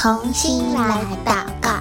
同心来祷告。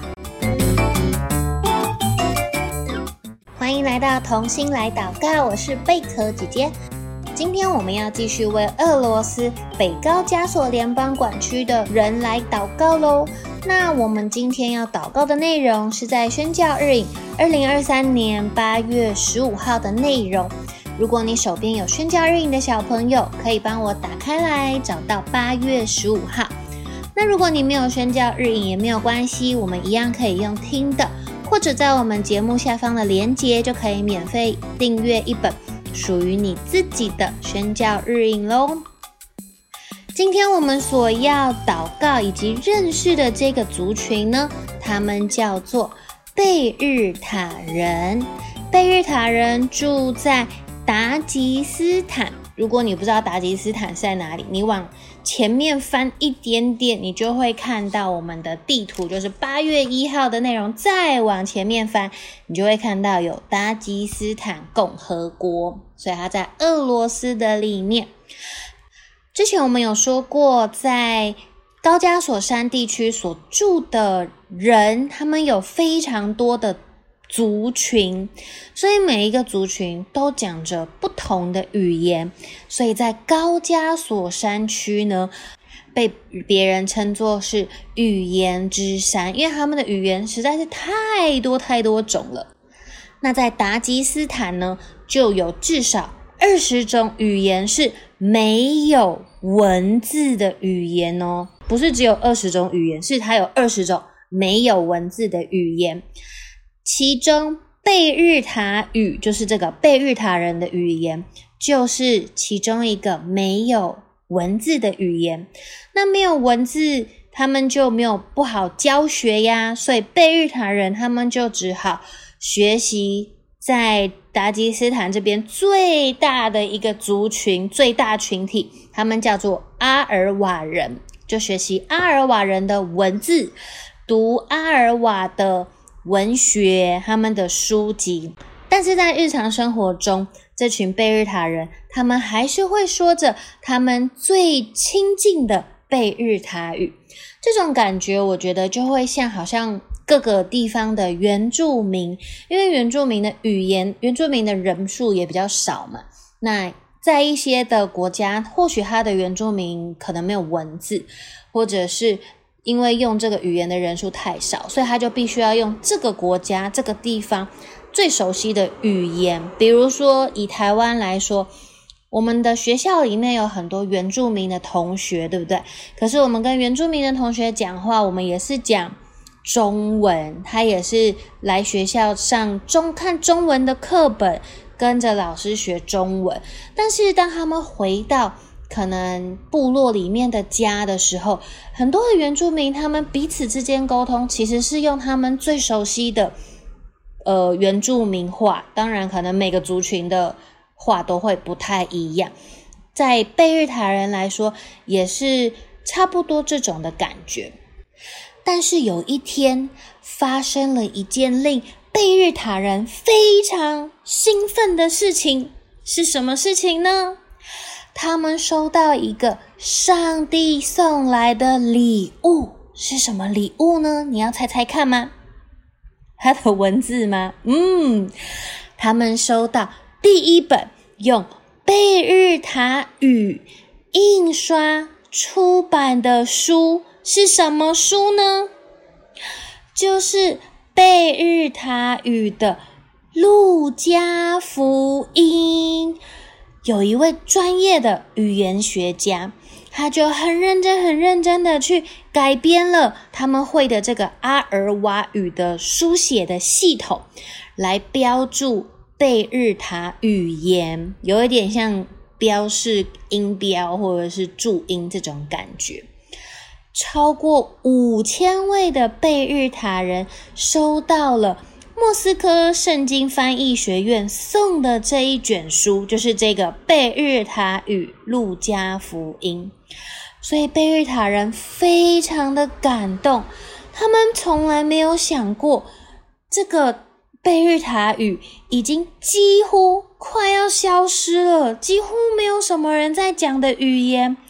欢迎来到同心来祷告，我是贝壳姐姐。今天我们要继续为俄罗斯北高加索联邦管区的人来祷告咯。那我们今天要祷告的内容是在宣教日影2023年8月15号的内容。如果你手边有宣教日影的小朋友，可以帮我打开来找到8月15号。那如果你没有宣教日影也没有关系，我们一样可以用听的，或者在我们节目下方的连结就可以免费订阅一本属于你自己的宣教日影咯。今天我们所要祷告以及认识的这个族群呢，他们叫做贝日塔人。贝日塔人住在达吉斯坦。如果你不知道达吉斯坦是在哪里，你往前面翻一点点，你就会看到我们的地图，就是8月1号的内容。再往前面翻，你就会看到有达吉斯坦共和国，所以它在俄罗斯的里面。之前我们有说过，在高加索山地区所住的人，他们有非常多的族群，所以每一个族群都讲着不同的语言，所以在高加索山区呢，被别人称作是语言之山，因为他们的语言实在是太多种了。那在达吉斯坦呢，就有至少20种语言是没有文字的语言哦，不是只有20种语言，是它有20种没有文字的语言。其中贝日塔语，就是这个贝日塔人的语言，就是其中一个没有文字的语言。那没有文字，他们就没有不好教学呀，所以贝日塔人他们就只好学习在达吉斯坦这边最大的一个族群，最大群体，他们叫做阿尔瓦人，就学习阿尔瓦人的文字，读阿尔瓦的文学，他们的书籍。但是在日常生活中，这群贝日塔人他们还是会说着他们最亲近的贝日塔语。这种感觉我觉得就会像好像各个地方的原住民，因为原住民的语言，原住民的人数也比较少嘛，那在一些的国家，或许他的原住民可能没有文字，或者是因为用这个语言的人数太少，所以他就必须要用这个国家这个地方最熟悉的语言。比如说以台湾来说，我们的学校里面有很多原住民的同学，对不对？可是我们跟原住民的同学讲话，我们也是讲中文，他也是来学校上看中文的课本，跟着老师学中文。但是当他们回到可能部落里面的家的时候，很多的原住民他们彼此之间沟通其实是用他们最熟悉的原住民话，当然可能每个族群的话都会不太一样。在贝日塔人来说也是差不多这种的感觉。但是有一天发生了一件令贝日塔人非常兴奋的事情，是什么事情呢？他们收到一个上帝送来的礼物。是什么礼物呢？你要猜猜看吗？它的文字吗？他们收到第一本用贝日塔语印刷出版的书。是什么书呢？就是贝日塔语的路加福音。有一位专业的语言学家，他就很认真的去改编了他们会的这个阿尔瓦语的书写的系统，来标注贝日塔语言，有一点像标示音标或者是注音这种感觉。超过5000位的贝日塔人收到了莫斯科圣经翻译学院送的这一卷书，就是这个贝日塔语路加福音。所以贝日塔人非常的感动，他们从来没有想过这个贝日塔语已经几乎快要消失了，几乎没有什么人在讲的语言，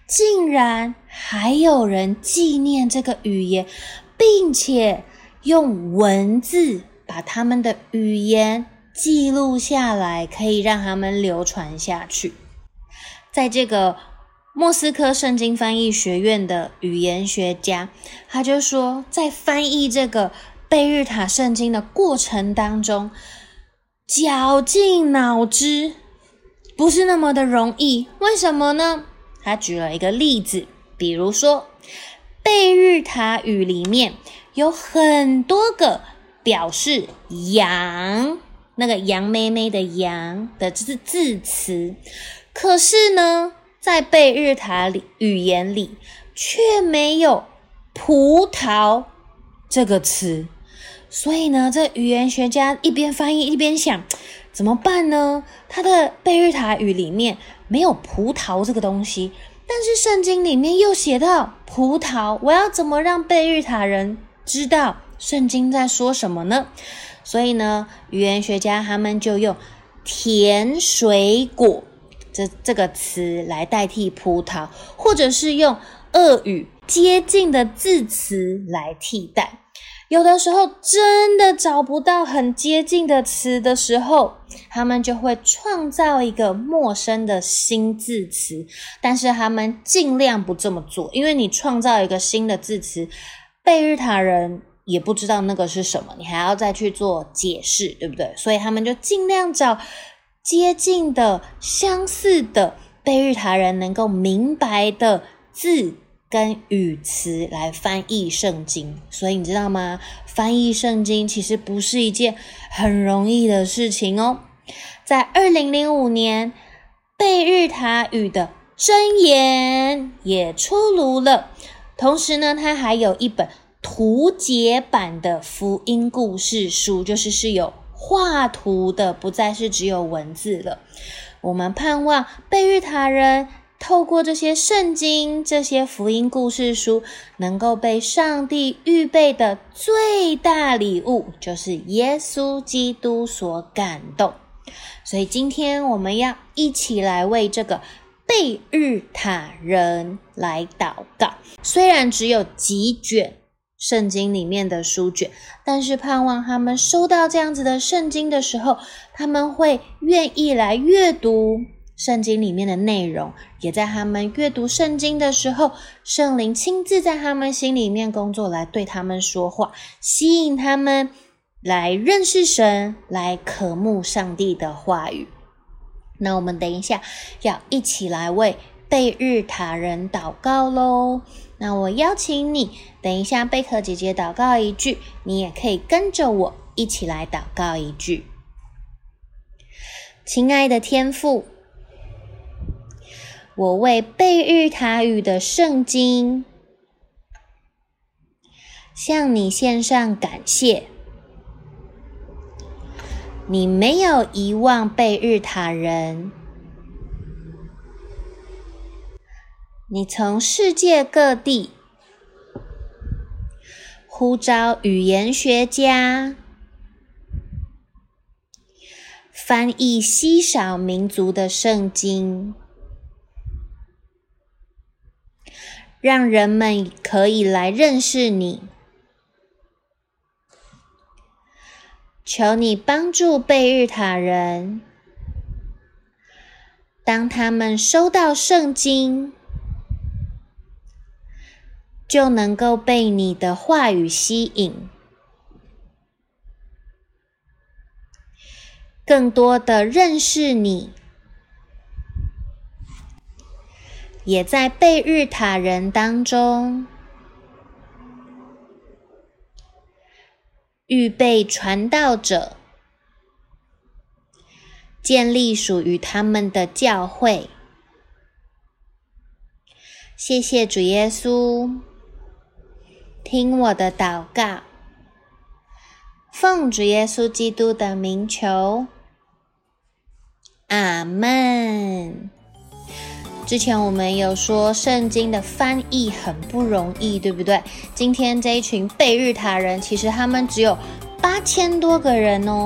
竟然还有人纪念这个语言，并且用文字把他们的语言记录下来，可以让他们流传下去。在这个莫斯科圣经翻译学院的语言学家，他就说，在翻译这个贝日塔圣经的过程当中，绞尽脑汁不是那么的容易。为什么呢？他举了一个例子，比如说贝日塔语里面有很多个表示羊，那个羊妹妹的羊的字词，可是呢在贝日塔语言里却没有葡萄这个词。所以呢，这语言学家一边翻译一边想，怎么办呢？他的贝日塔语里面没有葡萄这个东西，但是圣经里面又写到葡萄，我要怎么让贝日塔人知道圣经在说什么呢？所以呢，语言学家他们就用甜水果这个词来代替葡萄，或者是用俄语接近的字词来替代。有的时候真的找不到很接近的词的时候，他们就会创造一个陌生的新字词，但是他们尽量不这么做，因为你创造一个新的字词，贝日塔人也不知道那个是什么，你还要再去做解释，对不对？所以他们就尽量找接近的、相似的贝日塔人能够明白的字跟语词来翻译圣经。所以你知道吗？翻译圣经其实不是一件很容易的事情哦。在2005年，贝日塔语的箴言也出炉了，同时呢，它还有一本图解版的福音故事书，就是有画图的，不再是只有文字了。我们盼望贝日塔人透过这些圣经、这些福音故事书，能够被上帝预备的最大礼物，就是耶稣基督所感动。所以今天我们要一起来为这个贝日塔人来祷告。虽然只有几卷圣经里面的书卷，但是盼望他们收到这样子的圣经的时候，他们会愿意来阅读圣经里面的内容，也在他们阅读圣经的时候，圣灵亲自在他们心里面工作，来对他们说话，吸引他们来认识神，来渴慕上帝的话语。那我们等一下要一起来为贝日塔人祷告咯。那我邀请你，等一下贝壳姐姐祷告一句，你也可以跟着我一起来祷告一句。亲爱的天父，我为贝日塔语的圣经向你献上感谢。你没有遗忘贝日塔人，你从世界各地呼召语言学家，翻译稀少民族的圣经，让人们可以来认识你。求你帮助贝日塔人，当他们收到圣经，就能够被你的话语吸引，更多的认识你，也在贝日塔人当中预备传道者，建立属于他们的教会。谢谢主耶稣，听我的祷告，奉主耶稣基督的名求，阿们。之前我们有说圣经的翻译很不容易，对不对？今天这一群贝日塔人，其实他们只有8000多个人哦，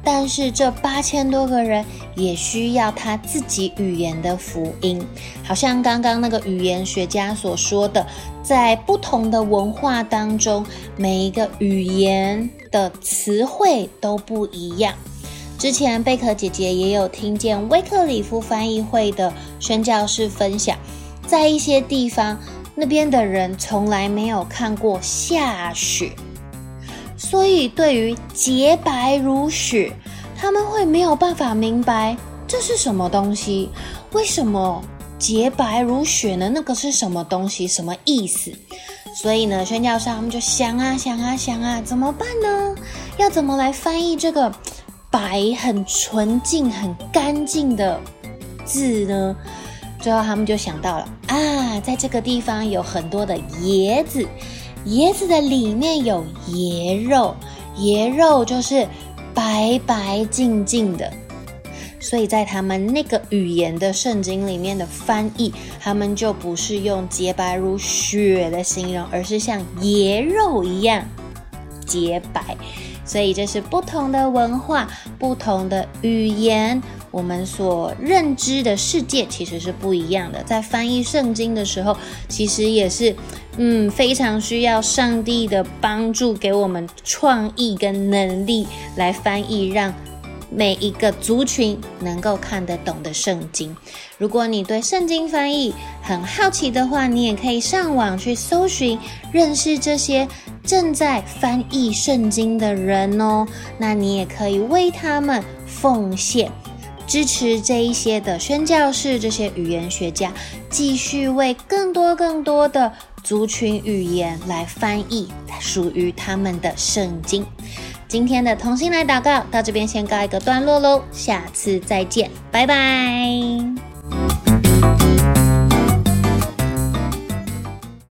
但是这8000多个人也需要他自己语言的福音。好像刚刚那个语言学家所说的，在不同的文化当中，每一个语言的词汇都不一样。之前贝壳姐姐也有听见威克里夫翻译会的宣教士分享，在一些地方那边的人从来没有看过下雪，所以对于洁白如雪，他们会没有办法明白这是什么东西，为什么洁白如雪呢？那个是什么东西，什么意思？所以呢，宣教士他们就想啊，怎么办呢？要怎么来翻译这个白很纯净很干净的字呢？最后他们就想到了在这个地方有很多的椰子，椰子的里面有椰肉，椰肉就是白白净净的，所以在他们那个语言的圣经里面的翻译，他们就不是用洁白如雪的形容，而是像椰肉一样洁白。所以这是不同的文化，不同的语言，我们所认知的世界其实是不一样的。在翻译圣经的时候，其实也是非常需要上帝的帮助，给我们创意跟能力来翻译，让每一个族群能够看得懂的圣经。如果你对圣经翻译很好奇的话，你也可以上网去搜寻，认识这些正在翻译圣经的人哦。那你也可以为他们奉献，支持这一些的宣教士，这些语言学家继续为更多的族群语言来翻译属于他们的圣经。今天的同心来祷告到这边先告一个段落咯，下次再见，拜拜。